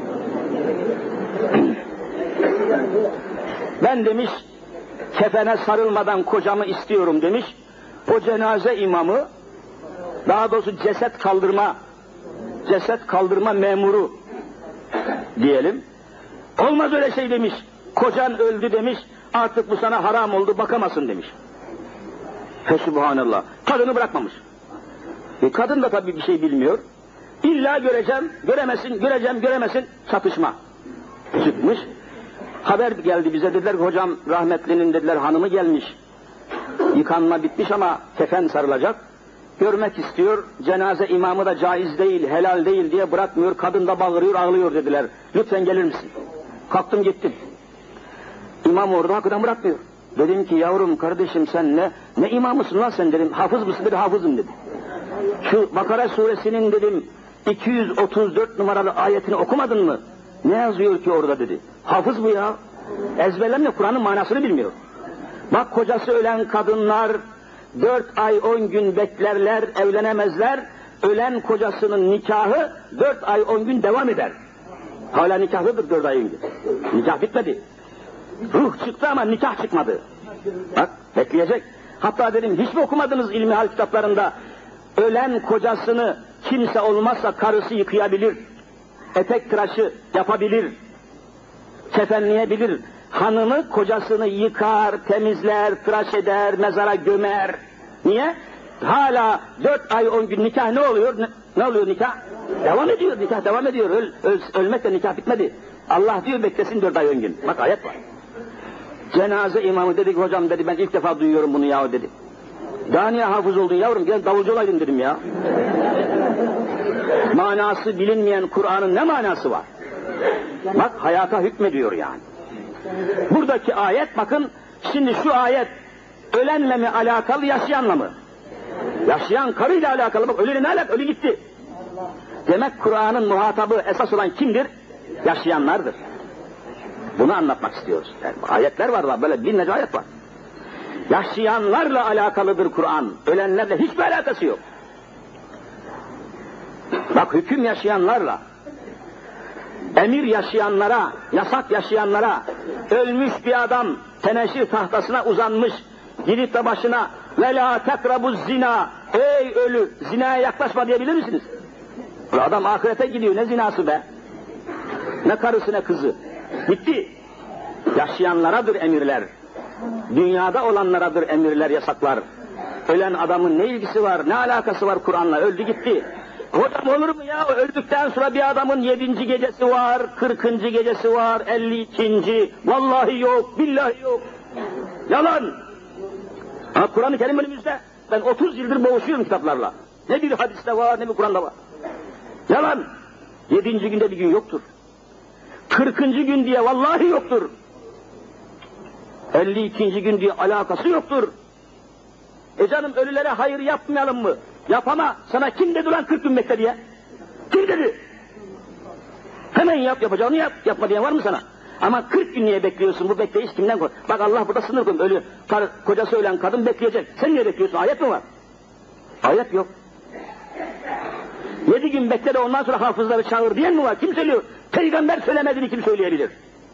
Ben demiş, kefene sarılmadan kocamı istiyorum demiş. O cenaze imamı, daha doğrusu ceset kaldırma, ceset kaldırma memuru diyelim. Olmaz öyle şey demiş. Kocan öldü demiş. Artık bu sana haram oldu, bakamasın demiş. Fesubhanallah. Kadını bırakmamış. E kadın da tabii bir şey bilmiyor. İlla göreceğim, göremesin, göreceğim, göremesin, çatışma çıkmış. Haber geldi bize, dediler ki hocam rahmetlinin dediler hanımı gelmiş. Yıkanma bitmiş ama kefen sarılacak. Görmek istiyor, cenaze imamı da caiz değil, helal değil diye bırakmıyor. Kadın da bağırıyor, ağlıyor dediler. Lütfen gelir misin? Kalktım gittim. İmam orada hakikaten bırakmıyor. Dedim ki yavrum kardeşim sen ne ne imamısın lan sen dedim. Hafız mısın dedi, hafızım dedi. Şu Bakara suresinin dedim iki yüz otuz dört numaralı ayetini okumadın mı? Ne yazıyor ki orada dedi. Hafız bu ya. Ezberlemle Kur'an'ın manasını bilmiyor. Bak kocası ölen kadınlar dört ay on gün beklerler, evlenemezler. Ölen kocasının nikahı dört ay on gün devam eder. Hala nikahlıdır dört ay on gün. Nikah bitmedi. Ruh çıktı ama nikah çıkmadı. Bak bekleyecek. Hatta dedim hiç mi okumadınız ilmihal kitaplarında? Ölen kocasını kimse olmazsa karısı yıkayabilir. Etek tıraşı yapabilir. Kefenleyebilir. Hanımı kocasını yıkar, temizler, tıraş eder, mezara gömer. Niye? Hala dört ay on gün nikah ne oluyor? Ne, ne oluyor nikah? Devam ediyor, nikah devam ediyor. Öl, öl, ölmekle nikah bitmedi. Allah diyor beklesin dört ay on gün. Bak ayet var. Cenaze imamı dedi ki hocam dedi ben ilk defa duyuyorum bunu yahu dedi. Daha niye hafız oldun yavrum? Gel davulcu olaydın dedim ya. Manası bilinmeyen Kur'an'ın ne manası var? Bak hayata hükmediyor yani. Buradaki ayet bakın, şimdi şu ayet ölenle mi alakalı, yaşayanla mı? Yaşayan karıyla alakalı, bak ölü ne alakalı, ölü gitti. Demek Kur'an'ın muhatabı esas olan kimdir? Yaşayanlardır. Bunu anlatmak istiyoruz. Yani ayetler var, böyle binlerce ayet var. Yaşayanlarla alakalıdır Kur'an, ölenlerle hiçbir alakası yok. Bak hüküm yaşayanlarla, emir yaşayanlara, yasak yaşayanlara, ölmüş bir adam teneşir tahtasına uzanmış, gidip de başına ve la tekrabuz zina, ey ölü zinaya yaklaşma diyebilir misiniz? Bu adam ahirete gidiyor, ne zinası be? Ne karısı ne kızı. Bitti. Yaşayanlaradır emirler. Dünyada olanlaradır emirler, yasaklar. Ölen adamın ne ilgisi var, ne alakası var Kur'an'la? Öldü gitti. Hocam olur mu ya? Öldükten sonra bir adamın yedinci gecesi var, kırkıncı gecesi var, elli ikinci. Vallahi yok, billahi yok. Yalan. Ha, Kur'an-ı Kerim önümüzde. Ben otuz yıldır boğuşuyorum kitaplarla. Ne bir hadiste var, ne bir Kur'an'da var. Yalan. Yedinci günde bir gün yoktur. Kırkıncı gün diye vallahi yoktur. elli ikinci gün diye alakası yoktur. E canım ölülere hayır yapmayalım mı? Yapama. Sana kim dedi lan kırk gün bekle diye? Kim dedi? Hemen yap, yapacağını yap. Yapma diyen var mı sana? Ama kırk gün niye bekliyorsun? Bu bekleyiş kimden koy? Bak Allah burada sınır koymuş. Ölü, kar, kocası ölen kadın bekleyecek. Sen niye bekliyorsun? Ayet mi var? Ayet yok. Yedi gün bekle de ondan sonra hafızları çağır diyen mi var? Kim söylüyor? Peygamber söylemediğini kim söyleyebilir?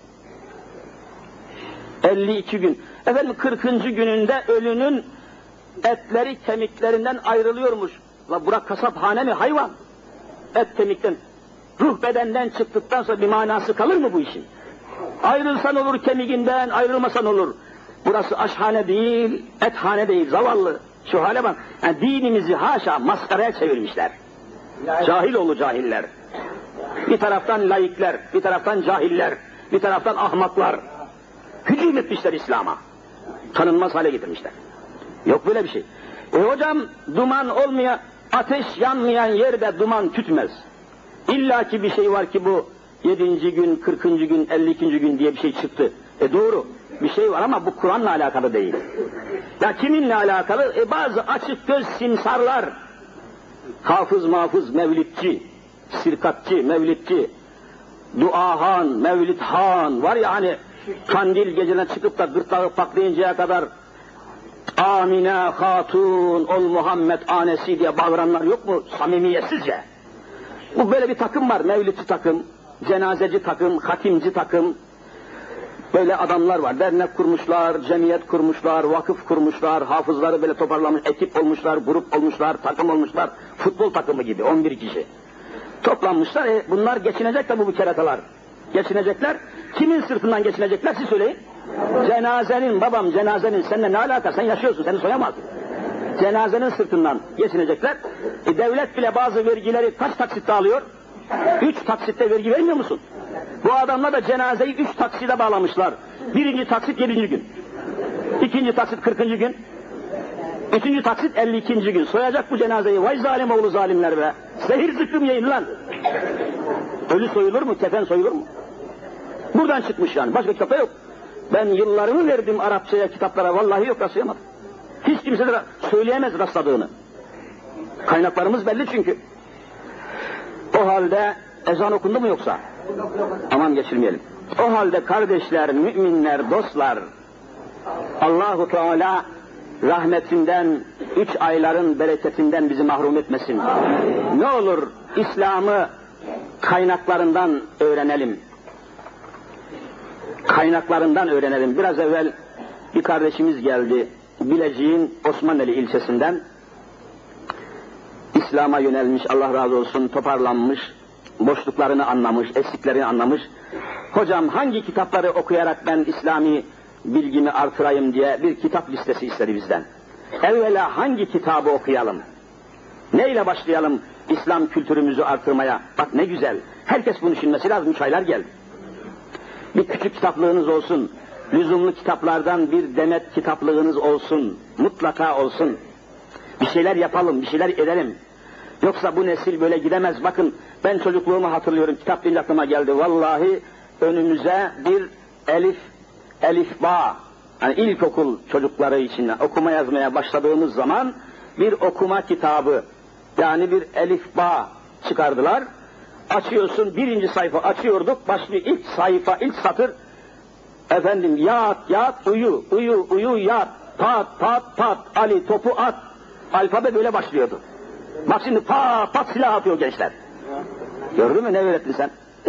elli iki gün. Efendim kırkıncı gününde ölünün etleri kemiklerinden ayrılıyormuş. La Burak kasaphane mi? Hayvan. Et kemikten. Ruh bedenden çıktıktan sonra bir manası kalır mı bu işin? Ayrılsan olur kemiğinden, ayrılmasan olur. Burası aşhane değil, ethane değil, zavallı. Şu hale bak. Yani dinimizi haşa maskaraya çevirmişler. Cahil oğlu cahiller. Bir taraftan laikler, bir taraftan cahiller, bir taraftan ahmaklar. Hücum etmişler İslam'a. Tanınmaz hale getirmişler. Yok böyle bir şey. E hocam duman olmayan, ateş yanmayan yerde duman tütmez. İlla ki bir şey var ki bu yedinci gün, kırkıncı gün, elli ikinci gün diye bir şey çıktı. E doğru bir şey var ama bu Kur'an'la alakalı değil. Ya kiminle alakalı? E bazı açık göz simsarlar. Hafız mafız, mevlidçi, sirkatçı, mevlidçi, duahan, mevlidhan var ya hani kandil gecene çıkıp da gırtlağı patlayıncaya kadar Amine Hatun ol Muhammed anesi diye bağıranlar yok mu samimiyetsizce? Bu böyle bir takım var, mevlidçi takım, cenazeci takım, hatimci takım. Böyle adamlar var, dernek kurmuşlar, cemiyet kurmuşlar, vakıf kurmuşlar, hafızları böyle toparlamış, ekip olmuşlar, grup olmuşlar, takım olmuşlar, futbol takımı gibi on bir kişi. Toplanmışlar, e, bunlar geçinecek tabi bu keratalar. Geçinecekler, kimin sırtından geçinecekler siz söyleyin. Cenazenin, babam cenazenin, seninle ne alaka, sen yaşıyorsun, seni soyamaz. Cenazenin sırtından geçinecekler. E, devlet bile bazı vergileri kaç taksitte alıyor? Üç taksitte vergi vermiyor musun? Bu adamlar da cenazeyi üç takside bağlamışlar. Birinci taksit yedinci gün. İkinci taksit kırkıncı gün. Üçüncü taksit elli ikinci gün. Soyacak bu cenazeyi. Vay zalim oğlu zalimler be. Zehir zıkkım yiyin lan. Ölü soyulur mu? Kefen soyulur mu? Buradan çıkmış yani. Başka kitapta yok. Ben yıllarımı verdim Arapçaya kitaplara. Vallahi yok, rastlayamadım. Hiç kimse de söyleyemez rastladığını. Kaynaklarımız belli çünkü. O halde ezan okundu mu yoksa? Aman geçirmeyelim. O halde kardeşler, müminler, dostlar, Allahu Teala rahmetinden, üç ayların bereketinden bizi mahrum etmesin. Ne olur İslam'ı kaynaklarından öğrenelim. Kaynaklarından öğrenelim. Biraz evvel bir kardeşimiz geldi. Bilecik'in Osmaneli ilçesinden. İslam'a yönelmiş, Allah razı olsun, toparlanmış, boşluklarını anlamış, eksiklerini anlamış. Hocam hangi kitapları okuyarak ben İslami bilgimi artırayım diye bir kitap listesi istedi bizden. Evvela hangi kitabı okuyalım? Neyle başlayalım İslam kültürümüzü artırmaya? Bak ne güzel. Herkes bunu düşünmesi lazım. Üç aylar geldi. Bir küçük kitaplığınız olsun. Lüzumlu kitaplardan bir demet kitaplığınız olsun. Mutlaka olsun. Bir şeyler yapalım, bir şeyler edelim. Yoksa bu nesil böyle gidemez. Bakın ben çocukluğumu hatırlıyorum. Kitap deyince aklıma geldi. Vallahi önümüze bir elif, elifba, yani ilkokul çocukları için okuma yazmaya başladığımız zaman bir okuma kitabı, yani bir elifba çıkardılar. Açıyorsun, birinci sayfa açıyorduk, başlıyor ilk sayfa, ilk satır, efendim yat, yat, uyu, uyu, uyu, yat, pat, pat, pat, Ali topu at, alfabe böyle başlıyordu. Bak şimdi pat, pat silah atıyor gençler. Gördün mü ne öğrettin sen?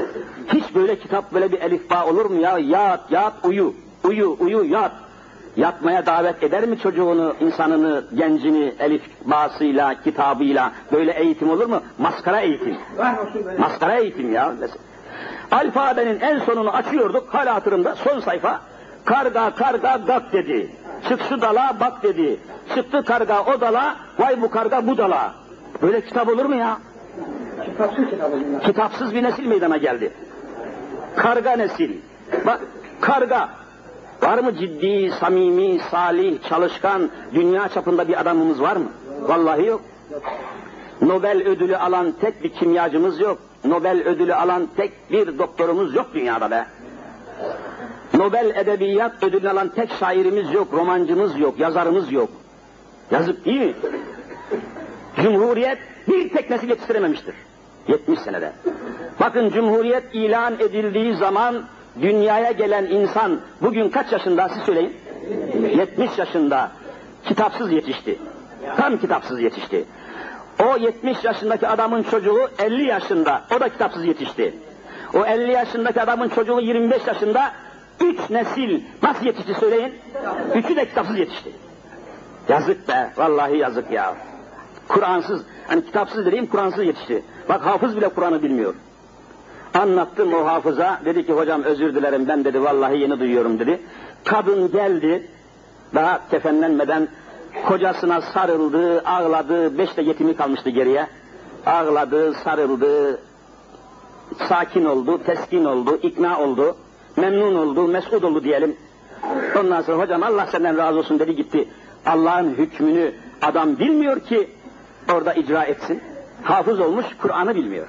Hiç böyle kitap, böyle bir elifba olur mu ya? Yat, yat, uyu, uyu, uyu, yat. Yatmaya davet eder mi çocuğunu, insanını, gencini elifbasıyla, kitabıyla? Böyle eğitim olur mu? Maskara eğitim. Maskara eğitim ya. Alfabenin en sonunu açıyorduk, hala hatırımda, son sayfa. Karga, karga, gak dedi. Çık şu dala, bak dedi. Çıktı karga o dala, vay bu karga bu dala. Böyle kitap olur mu ya? Kitapsız kitap olur. Kitapsız bir nesil meydana geldi. Karga nesil. Bak, karga. Var mı ciddi, samimi, salih, çalışkan, dünya çapında bir adamımız var mı? Vallahi yok. Nobel ödülü alan tek bir kimyacımız yok. Nobel ödülü alan tek bir doktorumuz yok dünyada be. Nobel edebiyat ödülünü alan tek şairimiz yok, romancımız yok, yazarımız yok. Yazık değil mi? Cumhuriyet bir tek nesil yetiştirememiştir. yetmiş senede. Bakın Cumhuriyet ilan edildiği zaman dünyaya gelen insan bugün kaç yaşında siz söyleyin? yetmiş yaşında kitapsız yetişti. Tam kitapsız yetişti. O yetmiş yaşındaki adamın çocuğu elli yaşında, o da kitapsız yetişti. O elli yaşındaki adamın çocuğu yirmi beş yaşında, üç nesil nasıl yetişti söyleyin? Üçü de kitapsız yetişti. Yazık be, vallahi yazık ya. Kur'ansız, hani kitapsız dediğim Kur'ansız yetişti. Bak hafız bile Kur'an'ı bilmiyor. Anlattım o hafıza, dedi ki hocam özür dilerim ben dedi vallahi yeni duyuyorum dedi. Kadın geldi, daha kefenlenmeden kocasına sarıldı, ağladı, beş de yetimi kalmıştı geriye. Ağladı, sarıldı, sakin oldu, teskin oldu, ikna oldu, memnun oldu, mesut oldu diyelim. Ondan sonra hocam Allah senden razı olsun dedi gitti. Allah'ın hükmünü adam bilmiyor ki orada icra etsin. Hafız olmuş, Kur'an'ı bilmiyor.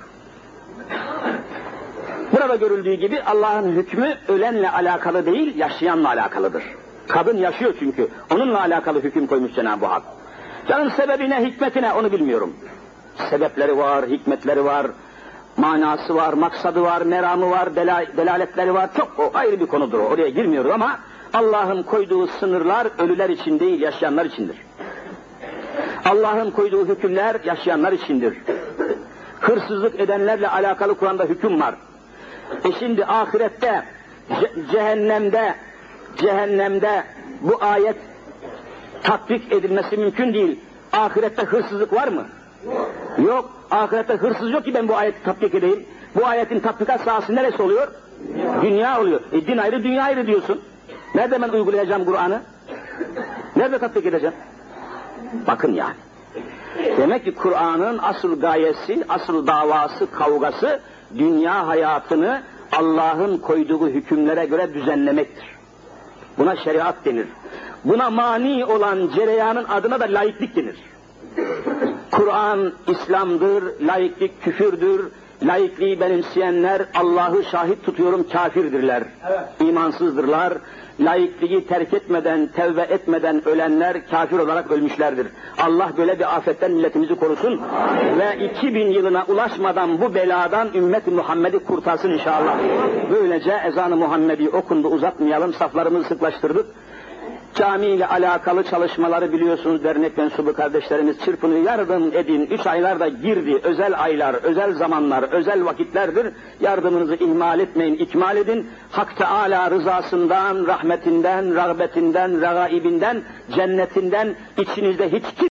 Burada görüldüğü gibi Allah'ın hükmü ölenle alakalı değil, yaşayanla alakalıdır. Kadın yaşıyor çünkü. Onunla alakalı hüküm koymuş Cenab-ı Hak. Canım sebebi ne, hikmeti ne onu bilmiyorum. Sebepleri var, hikmetleri var, manası var, maksadı var, meramı var, delaletleri var. Çok o ayrı bir konudur o. Oraya girmiyoruz ama Allah'ın koyduğu sınırlar ölüler için değil, yaşayanlar içindir. Allah'ın koyduğu hükümler yaşayanlar içindir. Hırsızlık edenlerle alakalı Kur'an'da hüküm var. E şimdi ahirette, ce- cehennemde, cehennemde bu ayet tatbik edilmesi mümkün değil. Ahirette hırsızlık var mı? Yok. Yok. Ahirette hırsız yok ki ben bu ayeti tatbik edeyim. Bu ayetin tatbikat sahası neresi oluyor? Dünya, dünya oluyor. E din ayrı, dünya ayrı diyorsun. Nerede ben uygulayacağım Kur'an'ı? Nerede tatbik edeceğim? Bakın yani. Demek ki Kur'an'ın asıl gayesi, asıl davası, kavgası dünya hayatını Allah'ın koyduğu hükümlere göre düzenlemektir. Buna şeriat denir. Buna mani olan cereyanın adına da laiklik denir. Kur'an İslam'dır, laiklik küfürdür. Laikliği benimseyenler Allah'ı şahit tutuyorum kafirdirler. Evet. İmansızdırlar. Laikliği terk etmeden, tevbe etmeden ölenler kafir olarak ölmüşlerdir. Allah böyle bir afetten milletimizi korusun. Amin. Ve iki bin yılına ulaşmadan bu beladan ümmet-i Muhammed'i kurtarsın inşallah. Böylece ezan-ı Muhammedi okundu, uzatmayalım, saflarımızı sıklaştırdık. Cami ile alakalı çalışmaları biliyorsunuz dernek mensubu kardeşlerimiz çırpınıyor, yardım edin. Üç aylarda girdi, özel aylar, özel zamanlar, özel vakitlerdir. Yardımınızı ihmal etmeyin, ikmal edin. Hak Teâlâ rızasından, rahmetinden, rağbetinden, ragaibinden, cennetinden içinizde hiç